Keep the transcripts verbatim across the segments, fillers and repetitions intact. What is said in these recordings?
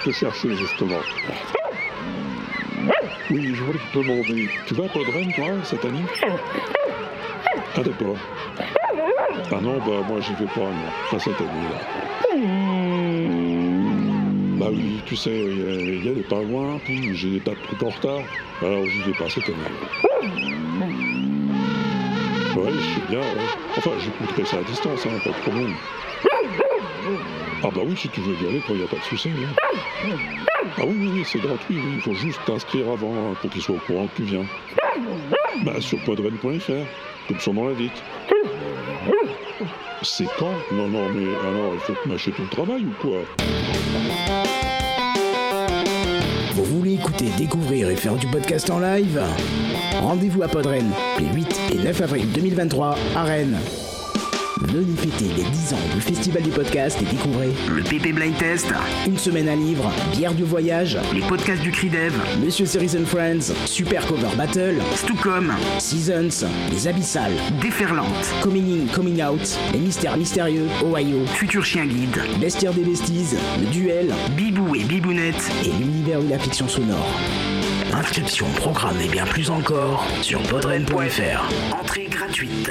te chercher, justement. Oui, je voulais te demander, tu vas à Podren, toi, cette année? Ah, d'accord. Ah non, bah moi j'y vais pas, non, pas cette année-là. Bah oui, tu sais, il y, y a des pingouins, puis j'ai des tas de trucs en retard, alors j'y vais pas cette année. Ouais, je sais bien, ouais. Enfin, j'écouterai ça à distance, hein, pas de problème. Ah bah oui, si tu veux y aller, toi, y a pas de souci. Hein. Ah oui, oui, oui, c'est gratuit, oui. Il faut juste t'inscrire avant, hein, pour qu'il soit au courant que tu viens. Bah, sur podren point f r, comme son nom l'indique. C'est quand? Non, non, mais alors, il faut que mâcher ton travail ou quoi? Vous voulez écouter, découvrir et faire du podcast en live? Rendez-vous à Podren les huit et neuf avril deux mille vingt-trois à Rennes. Venez fêter les dix ans du Festival du Podcast et découvrez le P P Blind Test, une semaine à livre, bière du voyage, les podcasts du Cridev, Monsieur Series and Friends, Super Cover Battle, Stucom, Seasons, Les Abyssales, Déferlante, Coming In, Coming Out, Les Mystères Mystérieux, Ohio, Futur Chien Guide, Bestiaire des Besties, Le Duel, Bibou et Bibounette et l'univers de la fiction sonore. Inscription, programme et bien plus encore sur podren point f r. Entrée gratuite.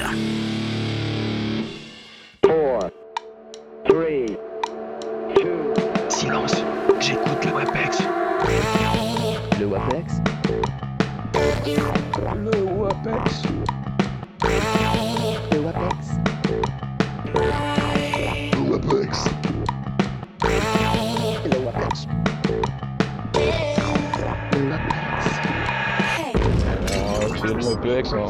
Silence, j'écoute le WAPEX. Le WAPEX Le WAPEX. Le WAPEX Le WAPEX. Le WAPEX Le WAPEX Ah, c'est le WAPEX, hein.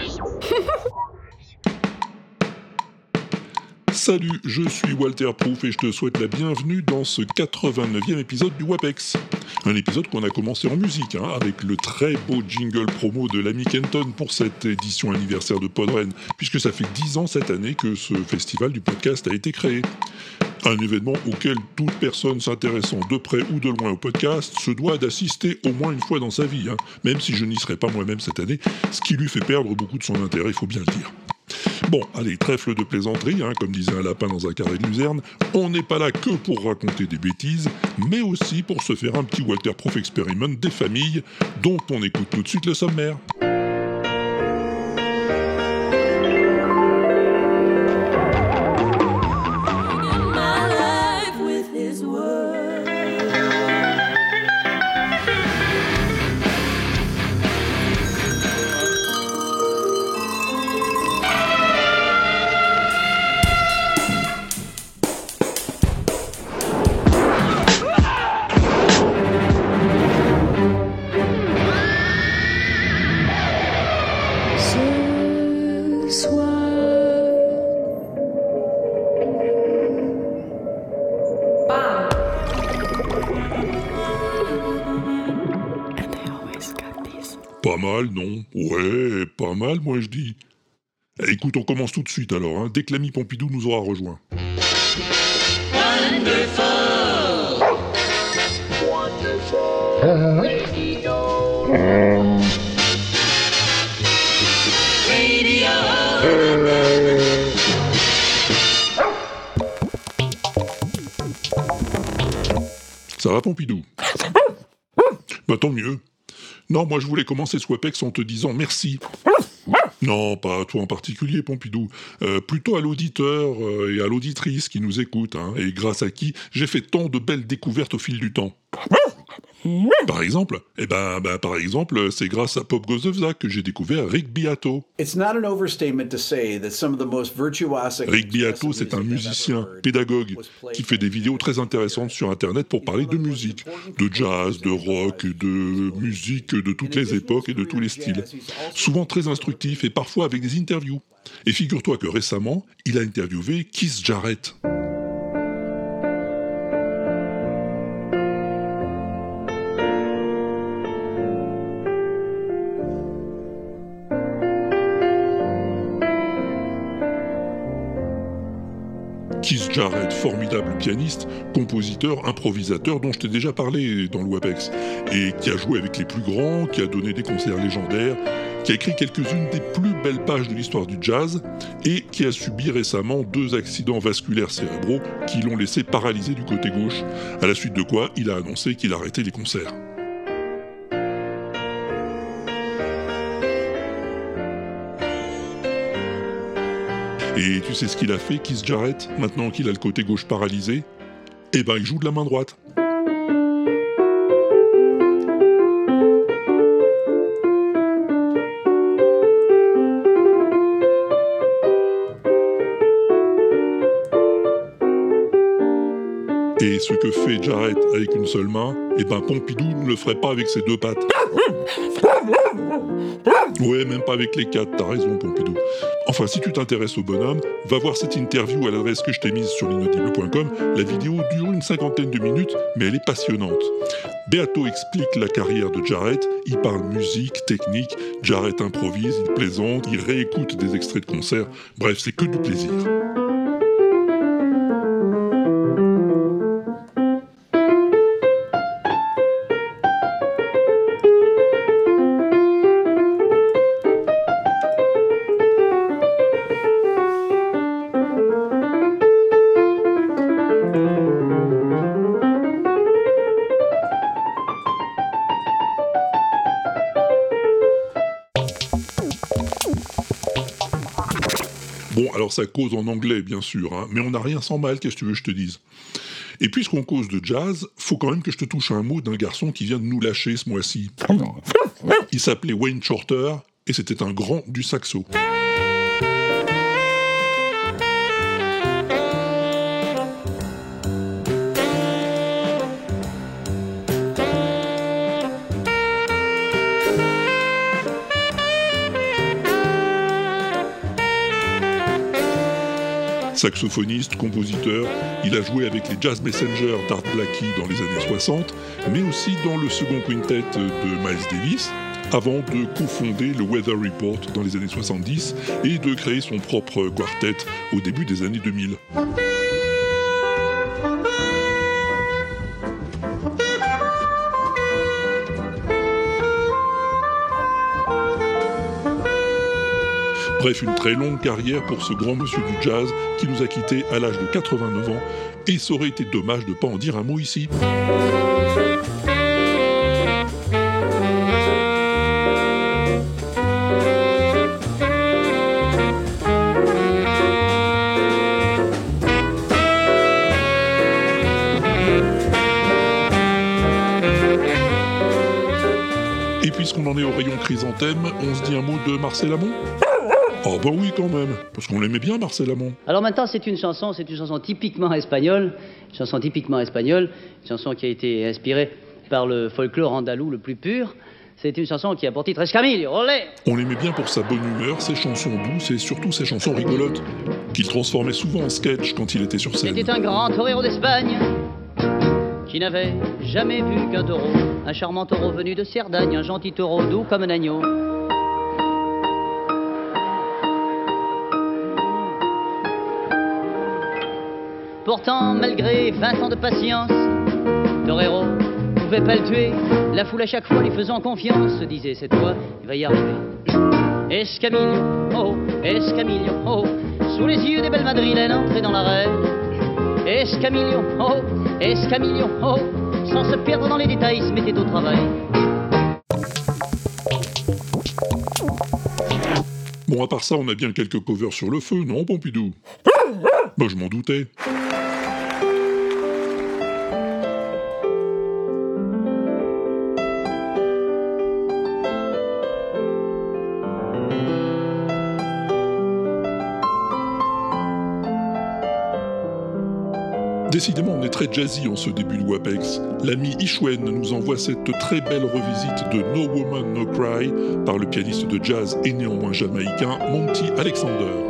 Salut, je suis Walter Proof et je te souhaite la bienvenue dans ce quatre-vingt-neuvième épisode du WAPEX. Un épisode qu'on a commencé en musique, hein, avec le très beau jingle promo de l'ami Kenton pour cette édition anniversaire de Podren, puisque ça fait dix ans cette année que ce festival du podcast a été créé. Un événement auquel toute personne s'intéressant de près ou de loin au podcast se doit d'assister au moins une fois dans sa vie, hein, même si je n'y serai pas moi-même cette année, ce qui lui fait perdre beaucoup de son intérêt, il faut bien le dire. Bon, allez, trèfle de plaisanterie, hein, comme disait un lapin dans un carré de luzerne, on n'est pas là que pour raconter des bêtises, mais aussi pour se faire un petit Walter Proof Experiment des familles, dont on écoute tout de suite le sommaire. Pas mal, non? Ouais, pas mal, moi je dis. Eh, écoute, on commence tout de suite alors, hein, dès que l'ami Pompidou nous aura rejoint. Wonderful. Wonderful. Radio. Radio. Ça va, Pompidou? Bah tant mieux. Non, moi je voulais commencer ce WAPEX en te disant merci. Non, pas à toi en particulier, Pompidou. Euh, plutôt à l'auditeur euh, et à l'auditrice qui nous écoutent, hein, et grâce à qui j'ai fait tant de belles découvertes au fil du temps. Par exemple, eh ben, ben, par exemple, c'est grâce à Pop Goes the Vzak que j'ai découvert Rick Beato. It's not an overstatement to say that some of the most virtuosic Rick Beato, c'est un musicien, pédagogue, qui fait des vidéos très intéressantes sur Internet pour parler de musique, de jazz, de rock, de musique de toutes les époques et de tous les styles. Souvent très instructif et parfois avec des interviews. Et figure-toi que récemment, il a interviewé Keith Jarrett. Keith Jarrett, formidable pianiste, compositeur, improvisateur dont je t'ai déjà parlé dans le WAPEX, et qui a joué avec les plus grands, qui a donné des concerts légendaires, qui a écrit quelques-unes des plus belles pages de l'histoire du jazz, et qui a subi récemment deux accidents vasculaires cérébraux qui l'ont laissé paralysé du côté gauche, à la suite de quoi il a annoncé qu'il arrêtait les concerts. Et tu sais ce qu'il a fait, Keith Jarrett, maintenant qu'il a le côté gauche paralysé ? Eh ben, il joue de la main droite. Et ce que fait Jarrett avec une seule main, eh ben Pompidou ne le ferait pas avec ses deux pattes. Ouais, même pas avec les quatre, t'as raison Pompidou. Enfin, si tu t'intéresses au bonhomme, va voir cette interview à l'adresse que je t'ai mise sur l'inaudible point com. La vidéo dure une cinquantaine de minutes, mais elle est passionnante. Beato explique la carrière de Jarrett, il parle musique, technique, Jarrett improvise, il plaisante, il réécoute des extraits de concerts, bref, c'est que du plaisir. Bon, alors ça cause en anglais, bien sûr, hein, mais on n'a rien sans mal, qu'est-ce que tu veux que je te dise ? Et puisqu'on cause de jazz, faut quand même que je te touche un mot d'un garçon qui vient de nous lâcher ce mois-ci. Il s'appelait Wayne Shorter, et c'était un grand du saxo. Saxophoniste, compositeur, il a joué avec les Jazz Messengers d'Art Blakey dans les années soixante, mais aussi dans le second quintet de Miles Davis, avant de cofonder le Weather Report dans les années soixante-dix et de créer son propre quartet au début des années deux mille. Bref, une très longue carrière pour ce grand monsieur du jazz qui nous a quittés à l'âge de quatre-vingt-neuf ans, et ça aurait été dommage de ne pas en dire un mot ici. Et puisqu'on en est au rayon chrysanthème, on se dit un mot de Marcel Amont ? Oh bah oui quand même, parce qu'on l'aimait bien Marcel Amont. Alors maintenant c'est une chanson, c'est une chanson typiquement espagnole, une chanson typiquement espagnole, une chanson qui a été inspirée par le folklore andalou le plus pur. C'est une chanson qui a pour titre Escamillo, olé. On l'aimait bien pour sa bonne humeur, ses chansons douces et surtout ses chansons rigolotes, qu'il transformait souvent en sketch quand il était sur scène. C'était un grand torero d'Espagne qui n'avait jamais vu qu'un taureau, un charmant taureau venu de Cerdagne, un gentil taureau doux comme un agneau. Pourtant, malgré vingt ans de patience, Torero ne pouvait pas le tuer. La foule à chaque fois lui faisant confiance se disait cette fois, il va y arriver. Escamillo, oh, Escamillo, oh, sous les yeux des belles madrilènes entrées dans l'arène. Escamillo, oh, Escamillo, oh, sans se perdre dans les détails, il se mettait au travail. Bon, à part ça, on a bien quelques covers sur le feu, non, Pompidou ? Bah, je m'en doutais. Décidément, on est très jazzy en ce début de WAPEX. L'ami Ishwen nous envoie cette très belle revisite de No Woman No Cry par le pianiste de jazz et néanmoins jamaïcain Monty Alexander.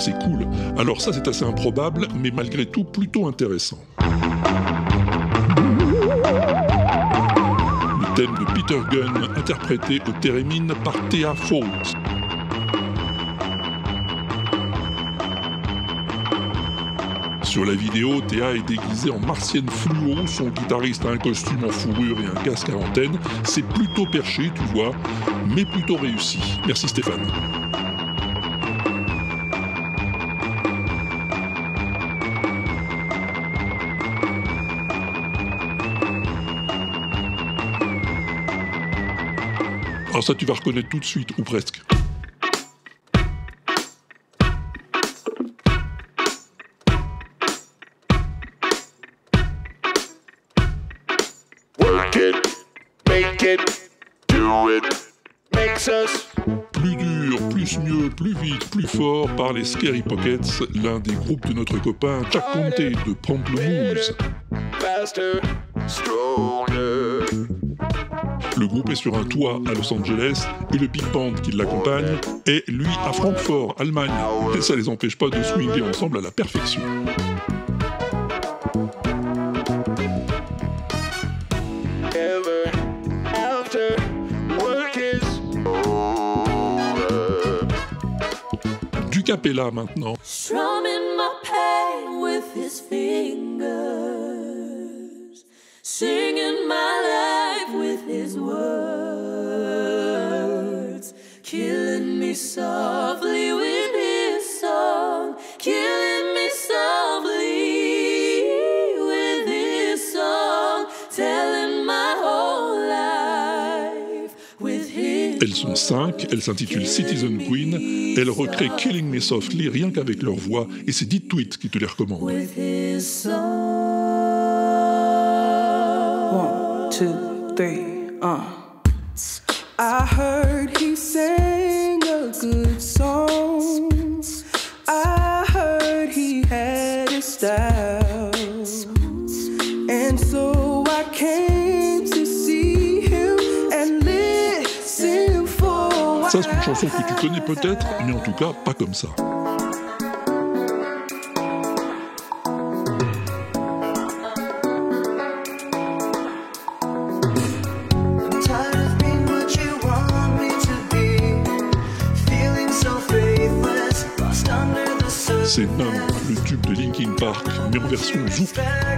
c'est cool. Alors ça c'est assez improbable, mais malgré tout plutôt intéressant. Le thème de Peter Gunn, interprété au thérémine par Thea Fawkes. Sur la vidéo, Thea est déguisée en martienne fluo, son guitariste a un costume en fourrure et un casque à antenne. C'est plutôt perché, tu vois, mais plutôt réussi. Merci Stéphane. Alors ça, tu vas reconnaître tout de suite, ou presque. Plus dur, plus mieux, plus vite, plus fort par les Scary Pockets, l'un des groupes de notre copain Jack Conte de Pamplemousse. Le groupe est sur un toit à Los Angeles et le big band qui l'accompagne est, lui, à Francfort, Allemagne. Et ça les empêche pas de swinguer ensemble à la perfection. Du capella maintenant. Strumming my pain with his fingers, singing my life with his words, killing me softly with his song, killing me softly with his song, telling my whole life with his. Elles sont cinq, elles s'intitulent Citizen Queen, elles recréent Killing Me Softly rien qu'avec leur voix, et c'est Dit Tweet qui te les recommande. With his song. One, two, three, uh. I heard he sang a good song. I heard he had a style. And so I came to see him and listen for a while. Ça, c'est une chanson que tu connais peut-être, mais en tout cas, pas comme ça. C'est Numb, le tube de Linkin Park, mais en version zouk.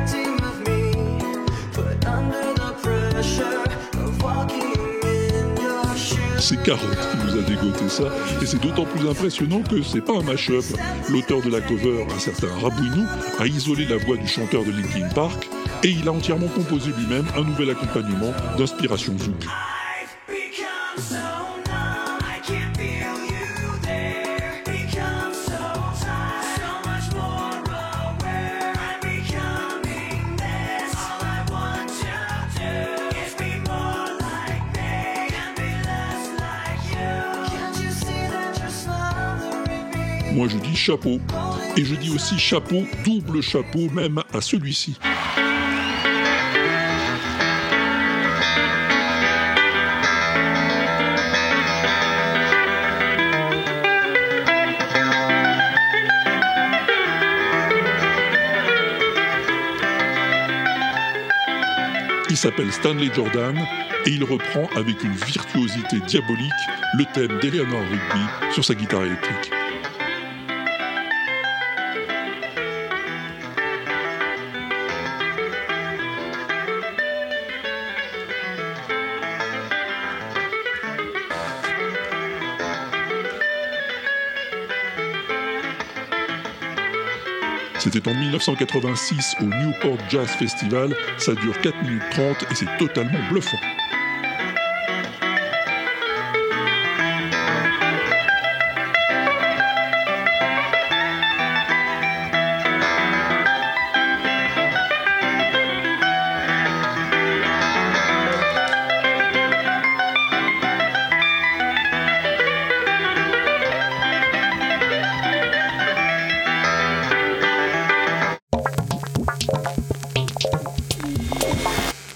C'est Carotte qui nous a dégoté ça, et c'est d'autant plus impressionnant que c'est pas un mash-up. L'auteur de la cover, un certain Rabouinou, a isolé la voix du chanteur de Linkin Park, et il a entièrement composé lui-même un nouvel accompagnement d'inspiration zouk. Moi je dis chapeau, et je dis aussi chapeau, double chapeau même à celui-ci. Il s'appelle Stanley Jordan et il reprend avec une virtuosité diabolique le thème d'Eleanor Rigby sur sa guitare électrique. C'était en dix-neuf cent quatre-vingt-six au Newport Jazz Festival, ça dure quatre minutes trente et c'est totalement bluffant.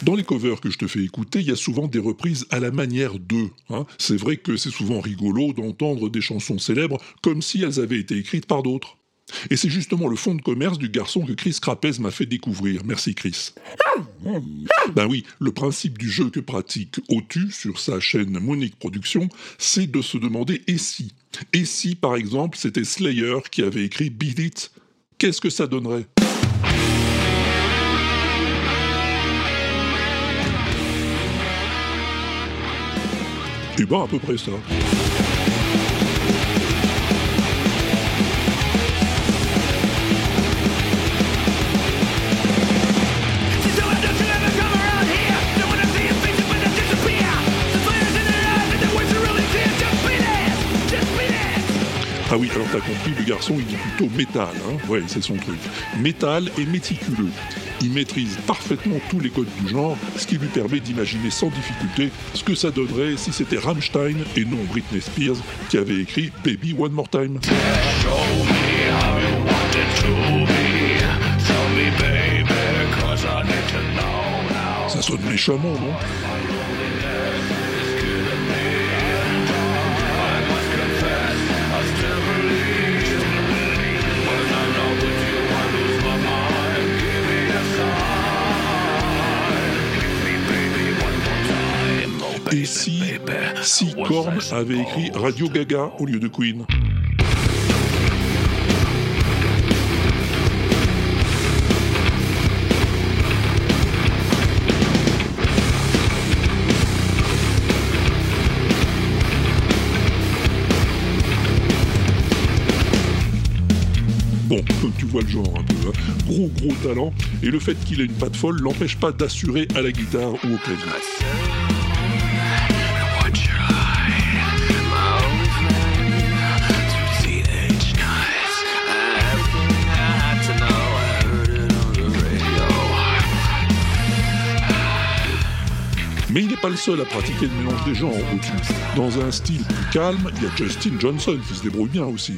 Dans les covers que je te fais écouter, il y a souvent des reprises à la manière d'eux. Hein. C'est vrai que c'est souvent rigolo d'entendre des chansons célèbres comme si elles avaient été écrites par d'autres. Et c'est justement le fond de commerce du garçon que Chris Crapez m'a fait découvrir. Merci Chris. Ben oui, le principe du jeu que pratique O T U sur sa chaîne Monique Productions, c'est de se demander et si. Et si, par exemple, c'était Slayer qui avait écrit Beat It, qu'est-ce que ça donnerait ? Eh ben, à peu près ça. Ah oui, alors t'as compris, le garçon il dit plutôt métal, hein, ouais c'est son truc. Métal et méticuleux. Il maîtrise parfaitement tous les codes du genre, ce qui lui permet d'imaginer sans difficulté ce que ça donnerait si c'était Rammstein et non Britney Spears qui avait écrit Baby One More Time. Ça sonne méchamment, non ? Et si, si Korn avait écrit Radio Gaga au lieu de Queen ? Bon, comme tu vois le genre un peu, hein. Gros gros talent, et le fait qu'il ait une patte folle l'empêche pas d'assurer à la guitare ou au clavier. Mais il n'est pas le seul à pratiquer le mélange des genres au T U. Dans un style plus calme, il y a Justin Johnson qui se débrouille bien aussi.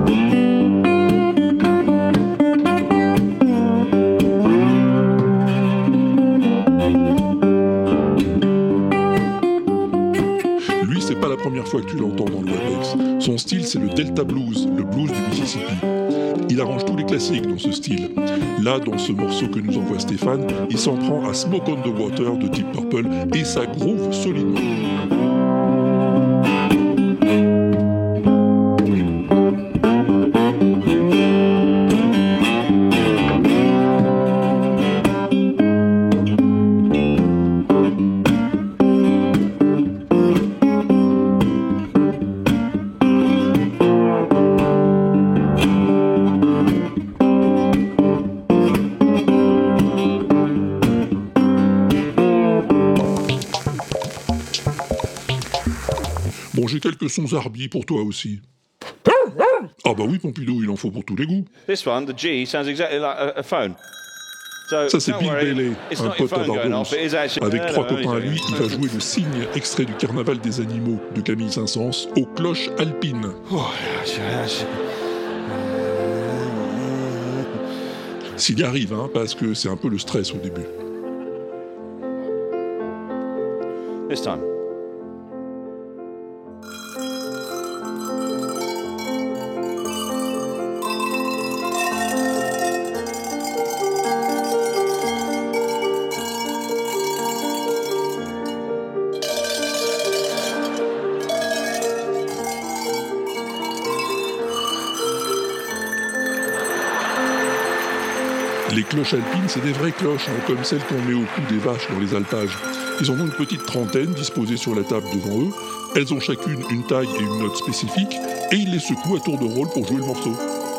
Lui, c'est pas la première fois que tu l'entends dans le WAPEX. Son style, c'est le Delta Blues, le blues du Mississippi. Il arrange tous les classiques dans ce style. Là, dans ce morceau que nous envoie Stéphane, il s'en prend à Smoke on the Water de Deep Purple et ça groove solidement. Bon, j'ai quelques sons Zarbi pour toi aussi. Ah bah oui, Pompidou, il en faut pour tous les goûts. This one, the G, sounds exactly like a, a phone. So, ça, c'est Bill worry, Bailey, un pote à Barberousse. Avec trois copains à lui, il va jouer le cygne extrait du Carnaval des animaux de Camille Saint-Saëns aux cloches alpines. S'il y arrive, hein, parce que c'est un peu le stress au début. This time. Les cloches alpines, c'est des vraies cloches, hein, comme celles qu'on met au cou des vaches dans les alpages. Ils en ont une petite trentaine disposées sur la table devant eux. Elles ont chacune une taille et une note spécifiques, et ils les secouent à tour de rôle pour jouer le morceau.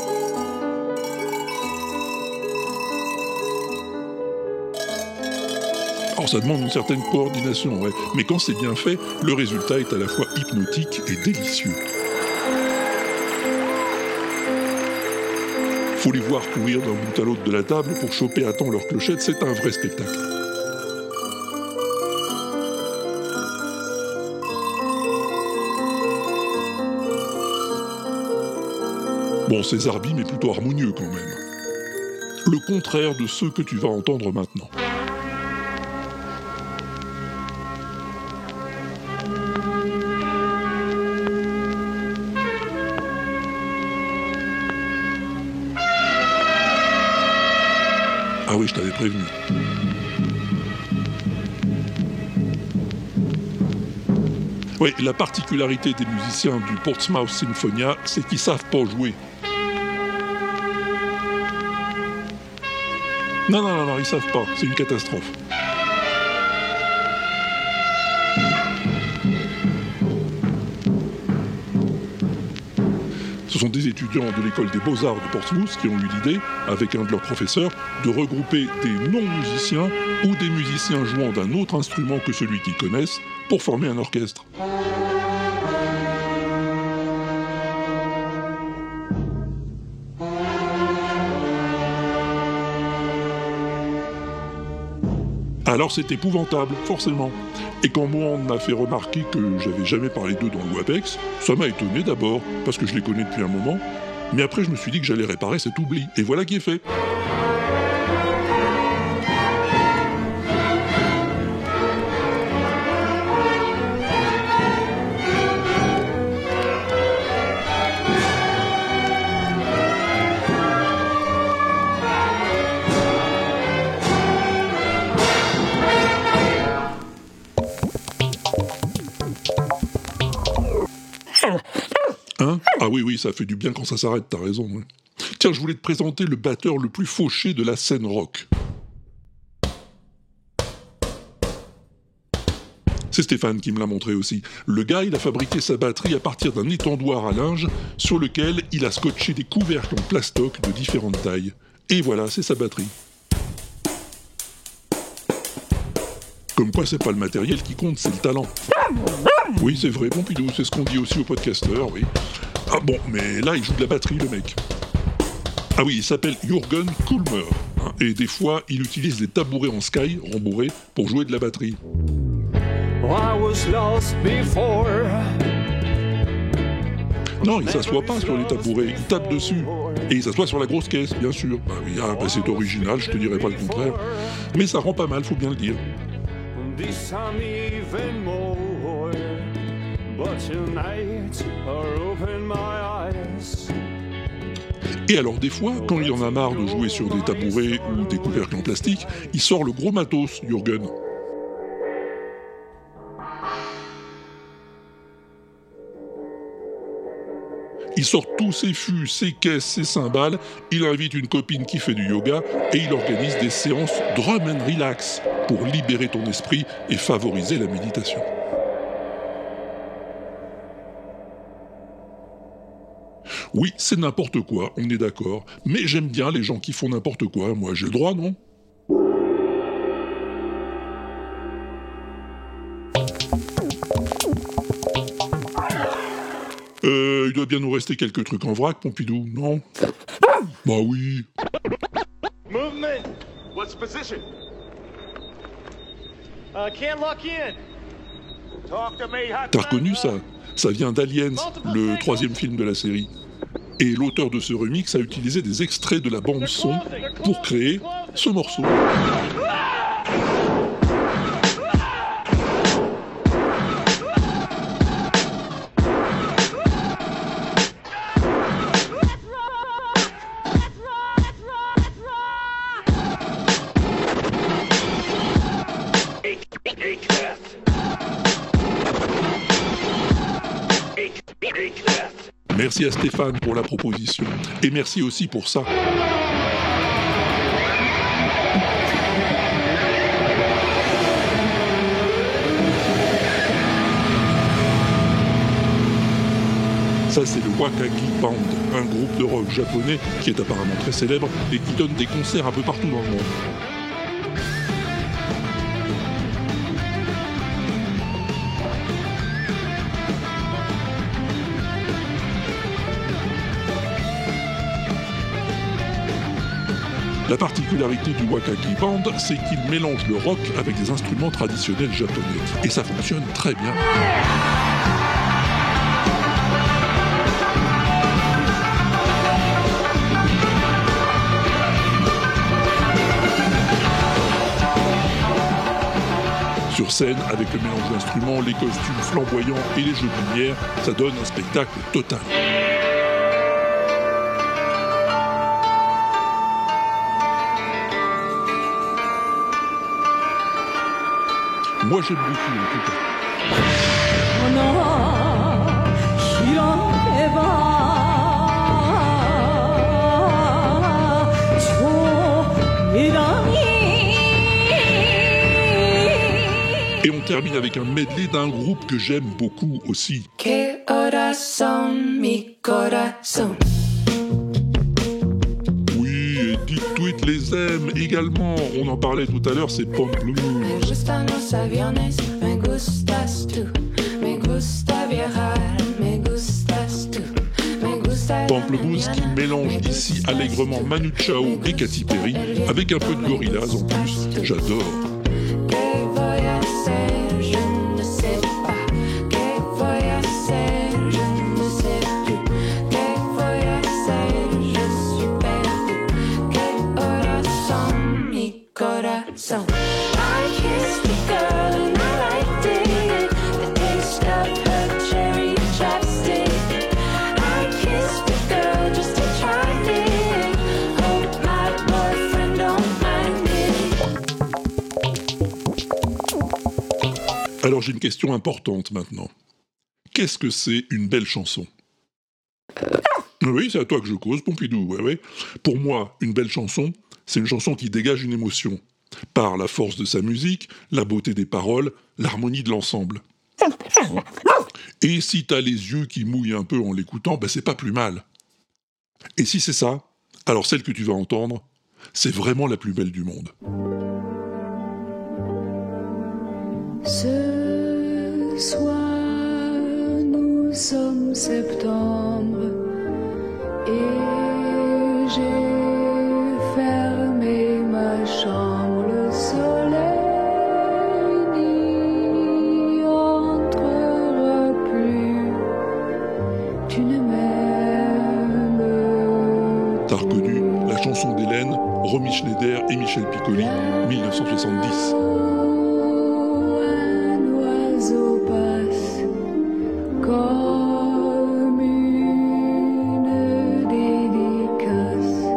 Alors ça demande une certaine coordination, ouais, mais quand c'est bien fait, le résultat est à la fois hypnotique et délicieux. Faut les voir courir d'un bout à l'autre de la table pour choper à temps leurs clochettes, c'est un vrai spectacle. Bon, c'est Zarbi, mais plutôt harmonieux quand même. Le contraire de ceux que tu vas entendre maintenant. Ah oui, je t'avais prévenu. Oui, la particularité des musiciens du Portsmouth Sinfonia, c'est qu'ils savent pas jouer. Non, non, non, non, ils savent pas, c'est une catastrophe. Ce sont des étudiants de l'école des Beaux-Arts de Portsmouth qui ont eu l'idée, avec un de leurs professeurs, de regrouper des non-musiciens ou des musiciens jouant d'un autre instrument que celui qu'ils connaissent pour former un orchestre. Alors c'est épouvantable, forcément. Et quand moi on m'a fait remarquer que j'avais jamais parlé d'eux dans le WAPEX, ça m'a étonné d'abord, parce que je les connais depuis un moment, mais après je me suis dit que j'allais réparer cet oubli, et voilà qui est fait. Hein ? Ah oui, oui, ça fait du bien quand ça s'arrête, t'as raison. Ouais. Tiens, je voulais te présenter le batteur le plus fauché de la scène rock. C'est Stéphane qui me l'a montré aussi. Le gars, il a fabriqué sa batterie à partir d'un étendoir à linge sur lequel il a scotché des couvercles en plastoc de différentes tailles. Et voilà, c'est sa batterie. Comme quoi, c'est pas le matériel qui compte, c'est le talent. Oui, c'est vrai, Pompidou, c'est ce qu'on dit aussi aux podcasteurs, oui. Ah bon, mais là, il joue de la batterie, le mec. Ah oui, il s'appelle Jürgen Kulmer, hein, et des fois, il utilise des tabourets en sky, rembourrés, pour jouer de la batterie. I was lost before. Non, il s'assoit pas sur les tabourets, il tape dessus. Et il s'assoit sur la grosse caisse, bien sûr. Bah oui, ah, bah c'est original, je te dirais pas le contraire. Mais ça rend pas mal, faut bien le dire. This time even more, but tonight I open my eyes. Et alors des fois, quand il en a marre de jouer sur des tabourets ou des couvercles en plastique, il sort le gros matos, Jürgen. Il sort tous ses fûts, ses caisses, ses cymbales, il invite une copine qui fait du yoga et il organise des séances drum and relax pour libérer ton esprit et favoriser la méditation. Oui, c'est n'importe quoi, on est d'accord, mais j'aime bien les gens qui font n'importe quoi, moi j'ai le droit, non ? Euh, il doit bien nous rester quelques trucs en vrac, Pompidou, non ? Bah oui. Movement. What's the position? Uh, can't lock in. Talk to me. T'as reconnu ça ? Ça vient d'Aliens, le troisième film de la série. Et l'auteur de ce remix a utilisé des extraits de la bande son pour créer ce morceau. Merci à Stéphane pour la proposition. Et merci aussi pour ça. Ça, c'est le Wakaki Band, un groupe de rock japonais qui est apparemment très célèbre et qui donne des concerts un peu partout dans le monde. La particularité du Wakaki Band, c'est qu'il mélange le rock avec des instruments traditionnels japonais. Et ça fonctionne très bien. Sur scène, avec le mélange d'instruments, les costumes flamboyants et les jeux de lumière, ça donne un spectacle total. Moi j'aime beaucoup en tout cas. Et on termine avec un medley d'un groupe que j'aime beaucoup aussi. Que corazón, mi corazón. Oui, et Dick Tweet les aime également. On en parlait tout à l'heure, c'est Pamplemousse. Me gustan los aviones, me gustas tú. Me gusta viajar, me gustas tú. Me gusta Pamplemousse qui mélange ici allègrement Manu Chao et Katy Perry avec un peu de Gorillaz en plus. J'adore. So I kissed the girl and I liked it. The taste of her cherry chapstick. I kissed the girl just to try it. Hope my boyfriend don't mind it. Alors j'ai une question importante maintenant. Qu'est-ce que c'est une belle chanson ? Oui, c'est à toi que je cause, Pompidou, ouais, ouais. Pour moi, une belle chanson, c'est une chanson qui dégage une émotion. Par la force de sa musique, la beauté des paroles, l'harmonie de l'ensemble. Et si t'as les yeux qui mouillent un peu en l'écoutant, ben c'est pas plus mal. Et si c'est ça, alors celle que tu vas entendre, c'est vraiment la plus belle du monde. Ce soir, nous sommes septembre et j'ai fermé ma chambre. Le soleil n'y entrera plus. Tu ne m'aimes. T'as reconnu la chanson d'Hélène, Romy Schneider et Michel Piccoli, dix-neuf cent soixante-dix. Un oiseau passe comme une dédicace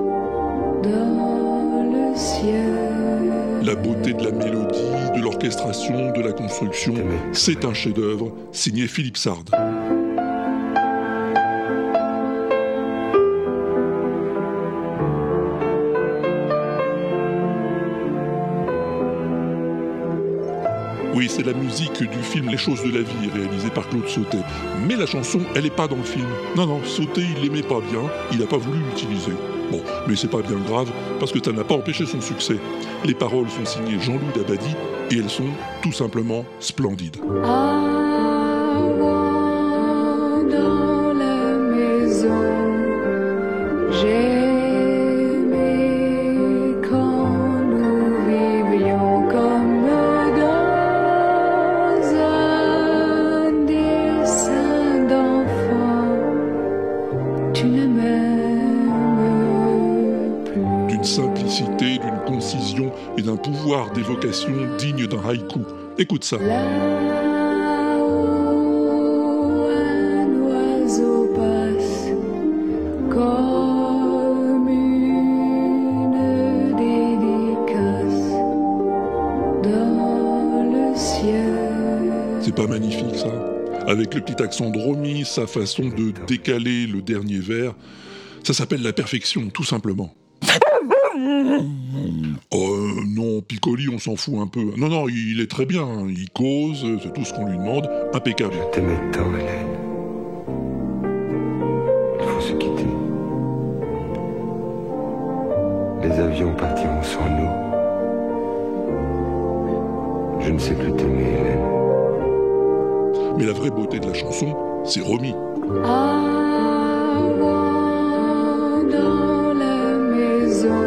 dans le ciel. La beauté de la mélodie, de l'orchestration, de la construction, c'est un chef-d'œuvre signé Philippe Sard. Oui, c'est la musique du film Les choses de la vie, réalisé par Claude Sautet. Mais la chanson, elle n'est pas dans le film. Non, non, Sautet, il l'aimait pas bien, il n'a pas voulu l'utiliser. Bon, mais c'est pas bien grave, parce que ça n'a pas empêché son succès. Les paroles sont signées Jean-Loup Dabadi, et elles sont tout simplement splendides. Avant dans la maison, j'aimais quand nous vivions comme dans un dessin d'enfant. Tu ne m'aimes plus. D'une simplicité, d'une concision et d'un pouvoir d'évocation digne d'un haïku. Écoute ça. Là-haut, un oiseau passe comme une dédicace dans le ciel. C'est pas magnifique ça ? Avec le petit accent de Romy, sa façon de décaler le dernier vers, ça s'appelle la perfection, tout simplement. Oh non, Piccoli, on s'en fout un peu. Non, non, il est très bien, hein. Il cause, c'est tout ce qu'on lui demande, impeccable. Je t'aimais tant, Hélène. Il faut se quitter. Les avions partiront sans nous. Je ne sais plus t'aimer, Hélène. Mais la vraie beauté de la chanson, c'est Romy. Avant dans la maison,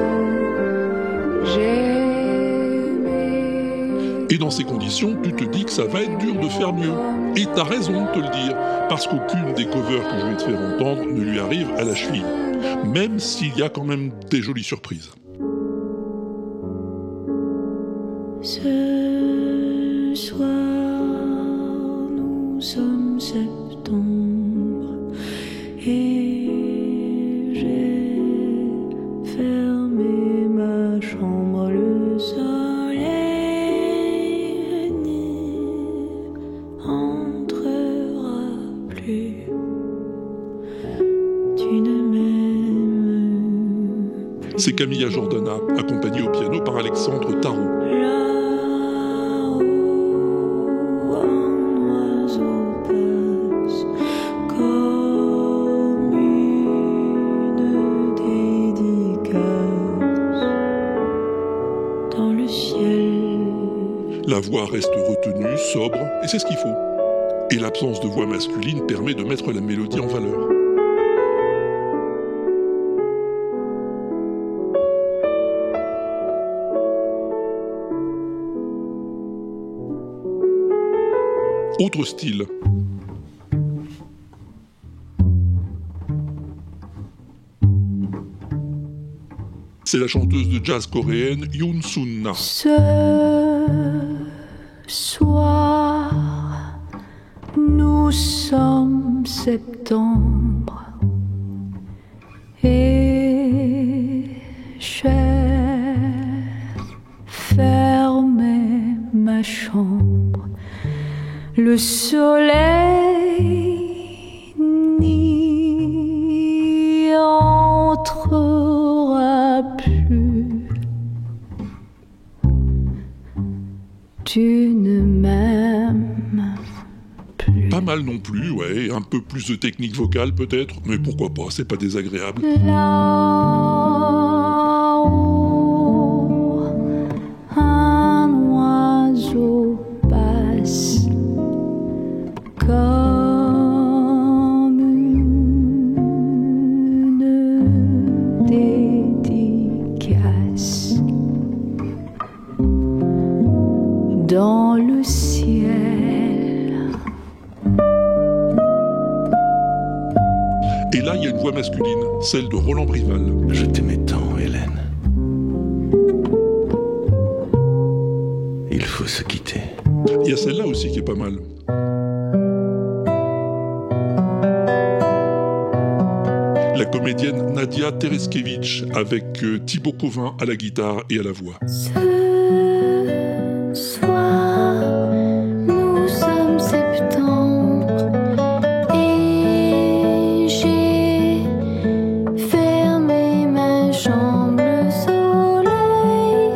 j'aimais. Et dans ces conditions, tu te dis que ça va être dur de faire mieux. Et t'as raison de te le dire, parce qu'aucune des covers que je vais te faire entendre ne lui arrive à la cheville. Même s'il y a quand même des jolies surprises. Ce soir, nous sommes septembre et j'ai fermé ma chambre. Le soleil C'est Camilla Jordana, accompagnée au piano par Alexandre Tarot. La voix reste retenue, sobre, et c'est ce qu'il faut. Et l'absence de voix masculine permet de mettre la mélodie en valeur. Autre style. C'est la chanteuse de jazz coréenne Yoon Sun-na. Ce soir, nous sommes septembre et j'ai fermé ma chambre. Le soleil n'y entrera plus. Tu ne m'aimes plus. Pas mal non plus, ouais, un peu plus de technique vocale peut-être, mais pourquoi pas, c'est pas désagréable. Là-haut, un oiseau passe comme une dédicace. Dans le ciel. Et là, il y a une voix masculine, celle de Roland Brival. Je t'aimais tant, Hélène. Il faut se quitter. Il y a celle-là aussi qui est pas mal. La comédienne Nadia Tereskevich avec euh, Thibaut Covin à la guitare et à la voix. Ce soir, nous sommes septembre et j'ai fermé ma chambre. Le soleil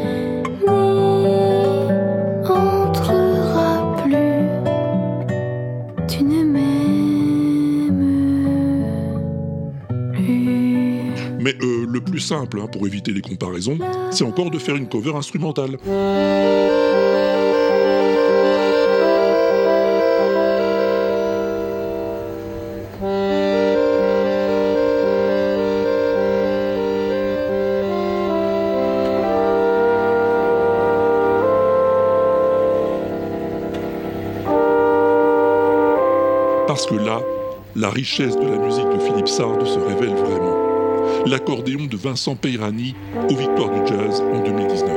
n'y entrera plus. Tu ne m'aimes plus. Mais euh, le plus simple, hein, pour éviter les comparaisons, c'est encore de faire une cover instrumentale. Parce que là, la richesse de la musique de Philippe Sard se révèle vraiment. L'accordéon de Vincent Peirani aux Victoires du Jazz en deux mille dix-neuf.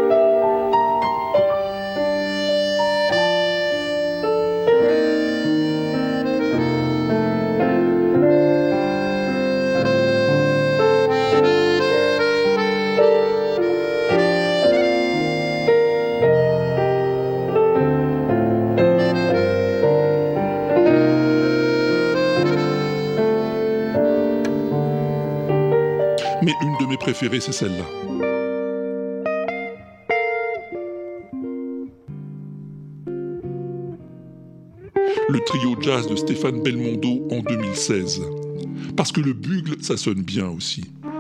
Mais une de mes préférées, c'est celle-là. Le trio jazz de Stéphane Belmondo en deux mille seize. Parce que le bugle, ça sonne bien aussi.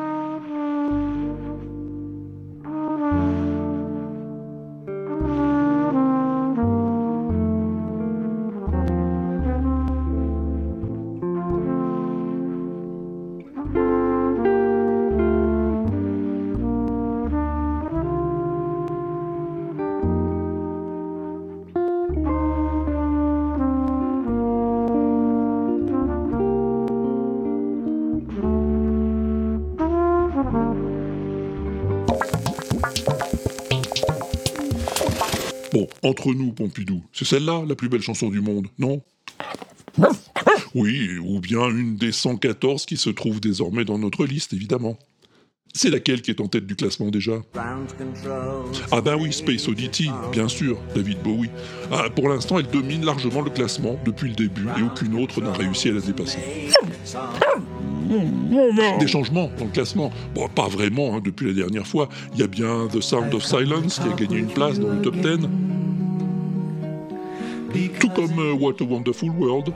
Bon, entre nous, Pompidou, c'est celle-là la plus belle chanson du monde, non ? Oui, ou bien une des cent quatorze qui se trouve désormais dans notre liste, évidemment. C'est laquelle qui est en tête du classement déjà ? Ah ben oui, Space Oddity, bien sûr, David Bowie. Ah, pour l'instant, elle domine largement le classement depuis le début et aucune autre n'a réussi à la dépasser. Des changements dans le classement. Bon, pas vraiment, hein, depuis la dernière fois. Il y a bien The Sound of Silence qui a gagné une place dans le top dix. Tout comme euh, What a Wonderful World.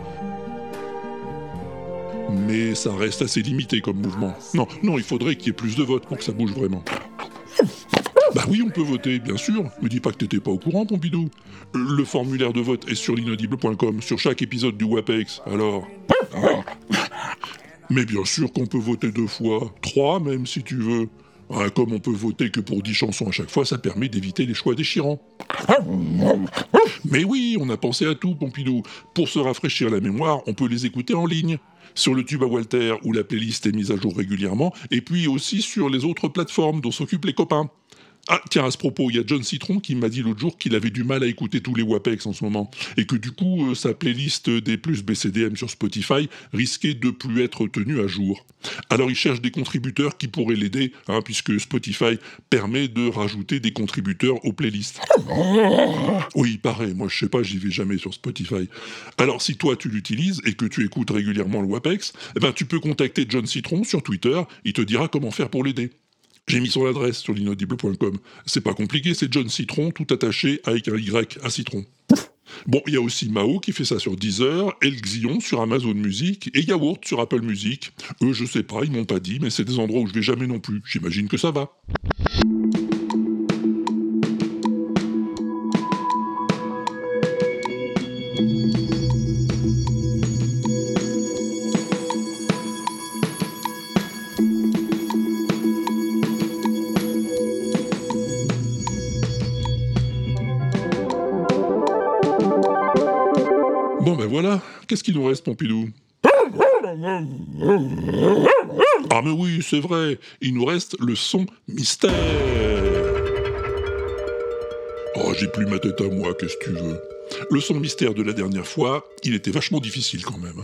Mais ça reste assez limité comme mouvement. Non, non, il faudrait qu'il y ait plus de votes pour que ça bouge vraiment. Bah oui, on peut voter, bien sûr. Me dis pas que t'étais pas au courant, Pompidou. Le formulaire de vote est sur l'inaudible point com, sur chaque épisode du WAPEX, alors... Ah. Mais bien sûr qu'on peut voter deux fois, trois même si tu veux. Ah, comme on peut voter que pour dix chansons à chaque fois, ça permet d'éviter les choix déchirants. Mais oui, on a pensé à tout, Pompidou. Pour se rafraîchir la mémoire, on peut les écouter en ligne. Sur le tube à Walter, où la playlist est mise à jour régulièrement, et puis aussi sur les autres plateformes dont s'occupent les copains. Ah, tiens, à ce propos, il y a John Citron qui m'a dit l'autre jour qu'il avait du mal à écouter tous les WAPEX en ce moment, et que du coup, euh, sa playlist des plus B C D M sur Spotify risquait de plus être tenue à jour. Alors il cherche des contributeurs qui pourraient l'aider, hein, puisque Spotify permet de rajouter des contributeurs aux playlists. Oui, pareil, moi je sais pas, j'y vais jamais sur Spotify. Alors si toi tu l'utilises et que tu écoutes régulièrement le WAPEX, eh ben, tu peux contacter John Citron sur Twitter, il te dira comment faire pour l'aider. J'ai mis son adresse sur l'inaudible point com. C'est pas compliqué, c'est John Citron, tout attaché avec un Y à Citron. Bon, il y a aussi Mao qui fait ça sur Deezer, El Xion sur Amazon Music et Yaourt sur Apple Music. Eux, je sais pas, ils m'ont pas dit, mais c'est des endroits où je vais jamais non plus. J'imagine que ça va. Bon ben voilà, qu'est-ce qu'il nous reste, Pompidou ? Ah mais oui, c'est vrai, il nous reste le son mystère. Oh, j'ai plus ma tête à moi, qu'est-ce que tu veux ? Le son mystère de la dernière fois, il était vachement difficile quand même.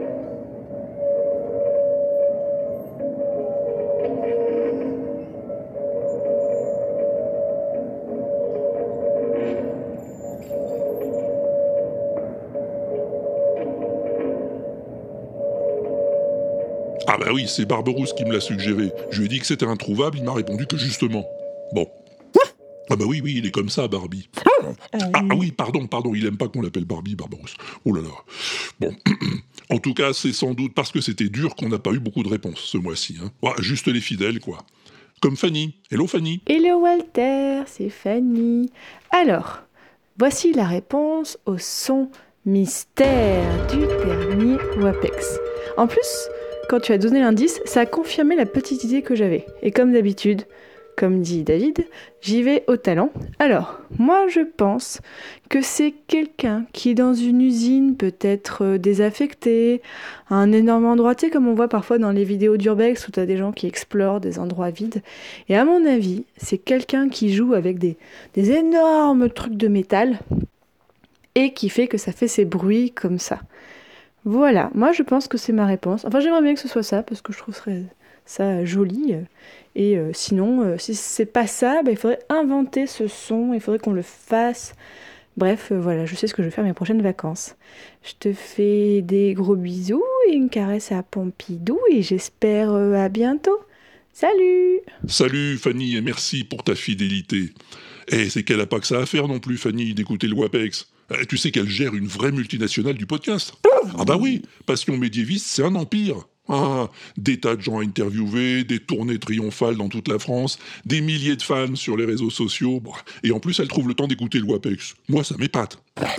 Ah bah oui, c'est Barberousse qui me l'a suggéré. Je lui ai dit que c'était introuvable, il m'a répondu que justement. Bon. Ah bah oui, oui, il est comme ça, Barbie. Ah, ah oui, pardon, pardon, il aime pas qu'on l'appelle Barbie, Barberousse. Oh là là. Bon. En tout cas, c'est sans doute parce que c'était dur qu'on n'a pas eu beaucoup de réponses ce mois-ci. Hein. Ouais, juste les fidèles, quoi. Comme Fanny. Hello, Fanny. Hello, Walter, c'est Fanny. Alors, voici la réponse au son mystère du dernier WAPEX. En plus... Quand tu as donné l'indice, ça a confirmé la petite idée que j'avais. Et comme d'habitude, comme dit David, j'y vais au talent. Alors, moi je pense que c'est quelqu'un qui est dans une usine peut-être désaffectée, un énorme endroit, tu sais, comme on voit parfois dans les vidéos d'Urbex où tu as des gens qui explorent des endroits vides. Et à mon avis, c'est quelqu'un qui joue avec des, des énormes trucs de métal et qui fait que ça fait ces bruits comme ça. Voilà, moi je pense que c'est ma réponse. Enfin, j'aimerais bien que ce soit ça, parce que je trouverais ça joli. Et euh, sinon, euh, si c'est pas ça, bah, il faudrait inventer ce son, il faudrait qu'on le fasse. Bref, euh, voilà, je sais ce que je vais faire mes prochaines vacances. Je te fais des gros bisous et une caresse à Pompidou, et j'espère euh, à bientôt. Salut! Salut Fanny, et merci pour ta fidélité. Et c'est qu'elle a pas que ça à faire non plus, Fanny, d'écouter le WAPEX. Euh, tu sais qu'elle gère une vraie multinationale du podcast. Ah bah oui, Passion médiéviste, c'est un empire. Ah, des tas de gens à interviewer, des tournées triomphales dans toute la France, des milliers de fans sur les réseaux sociaux, et en plus elle trouve le temps d'écouter le WAPEX. Moi ça m'épate.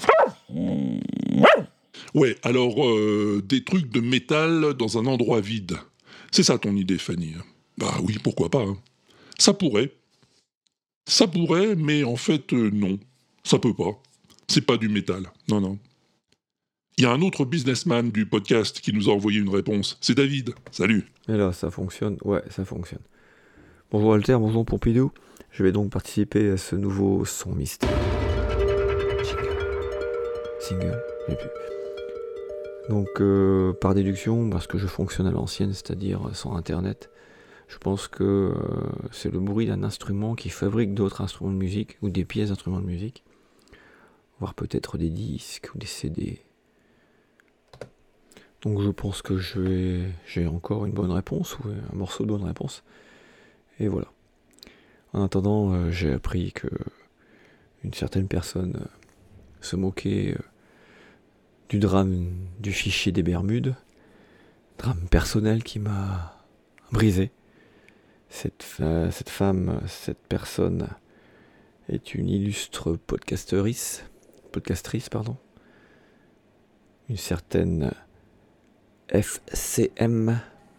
Ouais, alors euh, des trucs de métal dans un endroit vide. C'est ça ton idée, Fanny. Bah oui, pourquoi pas. Hein. Ça pourrait. Ça pourrait, mais en fait euh, non. Ça peut pas. C'est pas du métal. Non, non. Il y a un autre businessman du podcast qui nous a envoyé une réponse. C'est David. Salut. Et là, ça fonctionne. Ouais, ça fonctionne. Bonjour Walter, bonjour Pompidou. Je vais donc participer à ce nouveau son mystère. Jingle. Single. J'ai plus. Donc, euh, par déduction, parce que je fonctionne à l'ancienne, c'est-à-dire sans internet, je pense que euh, c'est le bruit d'un instrument qui fabrique d'autres instruments de musique, ou des pièces d'instruments de musique, voire peut-être des disques ou des C D. Donc je pense que je vais, j'ai encore une bonne réponse, ou un morceau de bonne réponse. Et voilà. En attendant, euh, j'ai appris que une certaine personne euh, se moquait euh, du drame du fichier des Bermudes. Drame personnel qui m'a brisé. Cette, fa- cette femme, cette personne est une illustre podcasteurice, podcastrice, pardon. Une certaine F C M.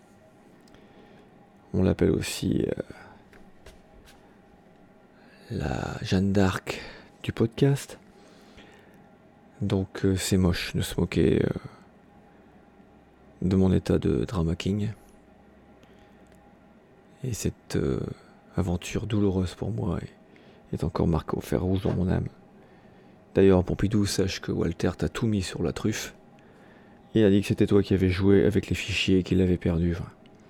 On l'appelle aussi euh, la Jeanne d'Arc du podcast. Donc euh, c'est moche de se moquer euh, de mon état de drama king. Et cette euh, aventure douloureuse pour moi est, est encore marquée au fer rouge dans mon âme. D'ailleurs, Pompidou, sache que Walter t'a tout mis sur la truffe. Il a dit que c'était toi qui avais joué avec les fichiers et qu'il l'avait perdu. Enfin,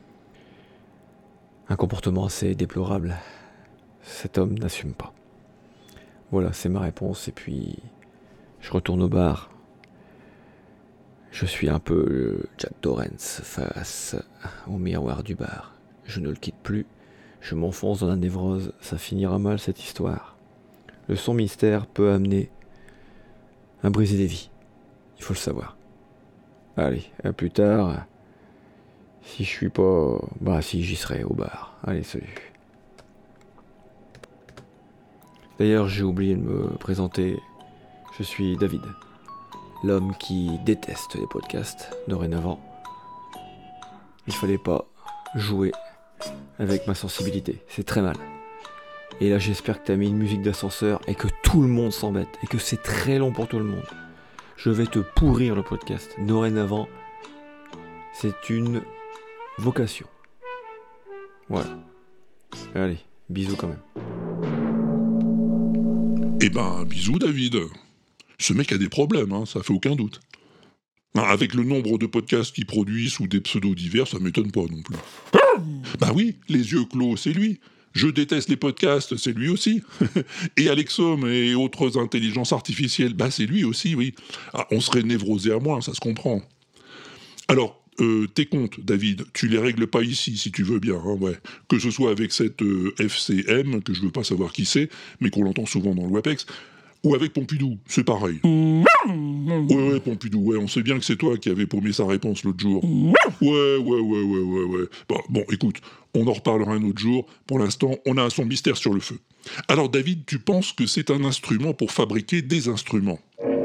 un comportement assez déplorable. Cet homme n'assume pas. Voilà, c'est ma réponse. Et puis, je retourne au bar. Je suis un peu le Jack Torrance face au miroir du bar. Je ne le quitte plus. Je m'enfonce dans la névrose. Ça finira mal cette histoire. Le son mystère peut amener à briser des vies. Il faut le savoir. Allez, à plus tard. Si je suis pas... Bah si, j'y serai au bar. Allez, salut. D'ailleurs, j'ai oublié de me présenter. Je suis David. L'homme qui déteste les podcasts, dorénavant. Il fallait pas jouer avec ma sensibilité. C'est très mal. Et là, j'espère que t'as mis une musique d'ascenseur et que tout le monde s'embête. Et que c'est très long pour tout le monde. Je vais te pourrir le podcast. Dorénavant, c'est une vocation. Voilà. Allez, bisous quand même. Eh ben, bisous David. Ce mec a des problèmes, hein, ça fait aucun doute. Avec le nombre de podcasts qu'il produit sous des pseudos divers, ça m'étonne pas non plus. Bah oui, les yeux clos, c'est lui. Je déteste les podcasts, c'est lui aussi. Et Alexom et autres intelligences artificielles, bah c'est lui aussi, oui. Ah, on serait névrosé à moins, ça se comprend. Alors, euh, tes comptes, David, tu les règles pas ici, si tu veux bien, hein, ouais. Que ce soit avec cette euh, F C M, que je veux pas savoir qui c'est, mais qu'on l'entend souvent dans le WAPEX, ou avec Pompidou, c'est pareil. Ouais, ouais, Pompidou, ouais, on sait bien que c'est toi qui avais paumé sa réponse l'autre jour. Ouais, ouais, ouais, ouais, ouais, ouais. Bon, bon, écoute, on en reparlera un autre jour. Pour l'instant, on a un son mystère sur le feu. Alors, David, tu penses que c'est un instrument pour fabriquer des instruments?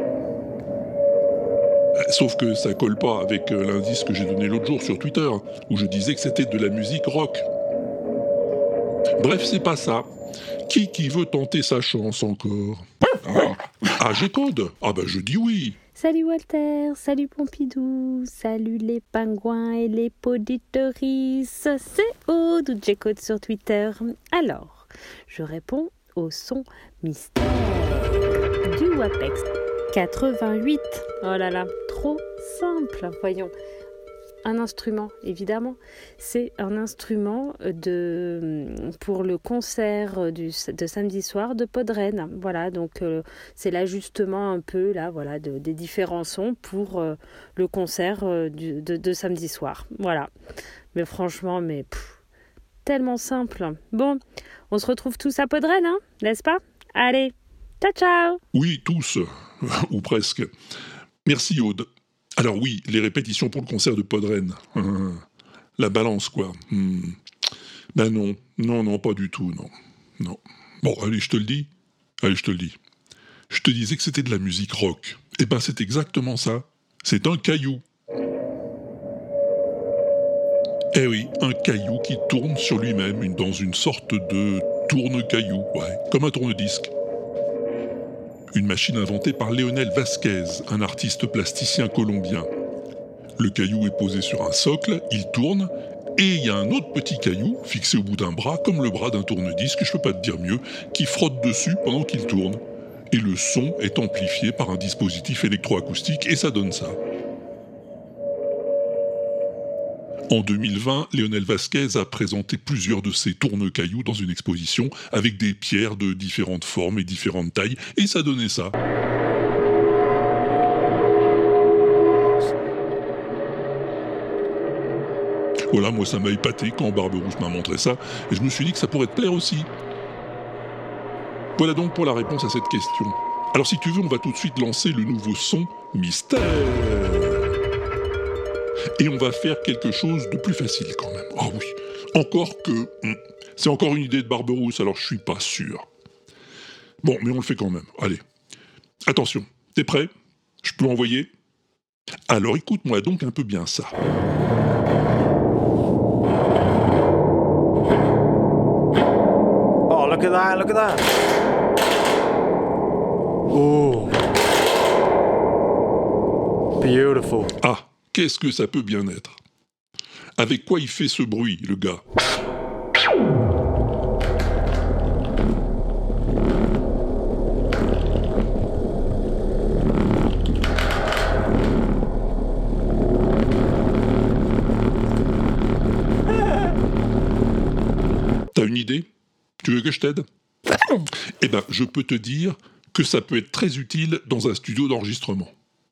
Sauf que ça colle pas avec l'indice que j'ai donné l'autre jour sur Twitter, où je disais que c'était de la musique rock. Bref, c'est pas ça. Qui qui veut tenter sa chance encore? Ah, ah j'ai code. Ah bah je dis oui. Salut Walter, salut Pompidou, salut les pingouins et les poditeuristes, c'est Aude ou J-Code sur Twitter. Alors, je réponds au son mystère du WAPEX quatre-vingt-huit. Oh là là, trop simple, voyons. Un instrument, évidemment. C'est un instrument de, pour le concert du, de samedi soir de Podren. Voilà, donc euh, c'est l'ajustement un peu là, voilà, de, des différents sons pour euh, le concert euh, du, de, de samedi soir. Voilà. Mais franchement, mais pff, tellement simple. Bon, on se retrouve tous à Podren, hein, n'est-ce pas? Allez, ciao ciao. Oui, tous, ou presque. Merci Aude. Alors oui, les répétitions pour le concert de Podren. Hum, la balance, quoi. Hum. Ben non, non, non, pas du tout, non. Non. Bon, allez, je te le dis. Allez, je te le dis. Je te disais que c'était de la musique rock. Eh ben, c'est exactement ça. C'est un caillou. Eh oui, un caillou qui tourne sur lui-même, une- dans une sorte de tourne-caillou, ouais, comme un tourne-disque. Une machine inventée par Leonel Vasquez, un artiste plasticien colombien. Le caillou est posé sur un socle, il tourne, et il y a un autre petit caillou, fixé au bout d'un bras, comme le bras d'un tourne-disque, je peux pas te dire mieux, qui frotte dessus pendant qu'il tourne. Et le son est amplifié par un dispositif électroacoustique, et ça donne ça. En deux mille vingt, Leonel Vasquez a présenté plusieurs de ses tourne-cailloux dans une exposition avec des pierres de différentes formes et différentes tailles, et ça donnait ça. Voilà, moi ça m'a épaté quand Barberousse m'a montré ça, et je me suis dit que ça pourrait te plaire aussi. Voilà donc pour la réponse à cette question. Alors si tu veux, on va tout de suite lancer le nouveau son mystère. Et on va faire quelque chose de plus facile quand même. Ah oui, encore que... Hmm, c'est encore une idée de Barberousse, alors je suis pas sûr. Bon, mais on le fait quand même. Allez. Attention, t'es prêt ? Je peux envoyer ? Alors écoute-moi donc un peu bien ça. Oh, look at that, look at that. Oh. Beautiful. Ah, qu'est-ce que ça peut bien être ? Avec quoi il fait ce bruit, le gars ? T'as une idée ? Tu veux que je t'aide ? Eh ben, je peux te dire que ça peut être très utile dans un studio d'enregistrement.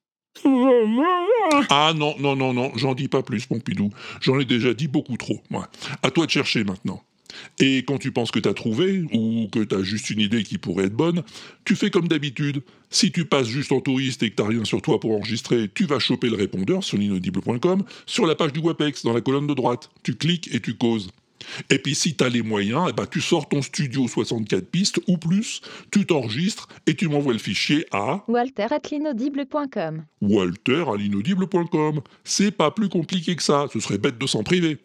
Ah non, non, non, non, j'en dis pas plus, Pompidou. J'en ai déjà dit beaucoup trop. Ouais. À toi de chercher maintenant. Et quand tu penses que t'as trouvé, ou que t'as juste une idée qui pourrait être bonne, tu fais comme d'habitude. Si tu passes juste en touriste et que t'as rien sur toi pour enregistrer, tu vas choper le répondeur sur l'inaudible point com, sur la page du WAPEX, dans la colonne de droite. Tu cliques et tu causes. Et puis si t'as les moyens, eh ben, tu sors ton studio soixante-quatre pistes ou plus, tu t'enregistres et tu m'envoies le fichier à... Walter at l'inaudible point com. Walter à l'inaudible point com. C'est pas plus compliqué que ça, ce serait bête de s'en priver.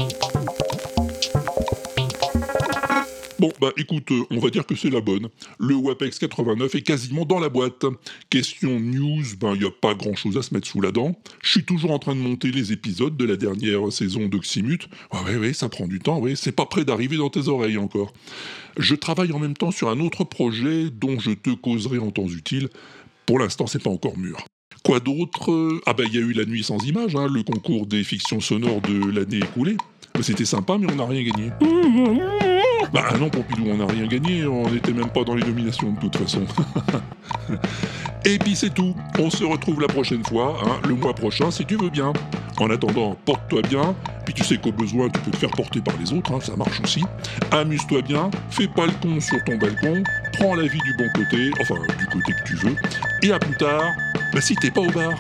Bon, bah écoute, euh, on va dire que c'est la bonne. Le WAPEX quatre-vingt-neuf est quasiment dans la boîte. Question news, ben il n'y a pas grand chose à se mettre sous la dent. Je suis toujours en train de monter les épisodes de la dernière saison d'Oxymute. Ouais, ouais, ouais, ça prend du temps, ouais, c'est pas près d'arriver dans tes oreilles encore. Je travaille en même temps sur un autre projet dont je te causerai en temps utile. Pour l'instant, c'est pas encore mûr. Quoi d'autre ? Ah ben il y a eu La Nuit sans images, hein, le concours des fictions sonores de l'année écoulée. C'était sympa, mais on n'a rien gagné. Bah non, Pompidou, on n'a rien gagné, on n'était même pas dans les nominations de toute façon. Et puis c'est tout, on se retrouve la prochaine fois, hein, le mois prochain si tu veux bien. En attendant, porte-toi bien, puis tu sais qu'au besoin tu peux te faire porter par les autres, hein, ça marche aussi. Amuse-toi bien, fais pas le con sur ton balcon, prends la vie du bon côté, enfin du côté que tu veux, et à plus tard, bah si t'es pas au bar.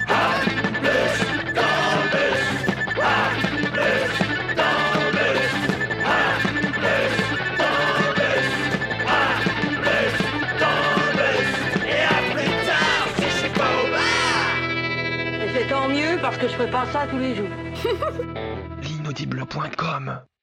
C'est tant mieux parce que je fais pas ça tous les jours. l'inaudible point com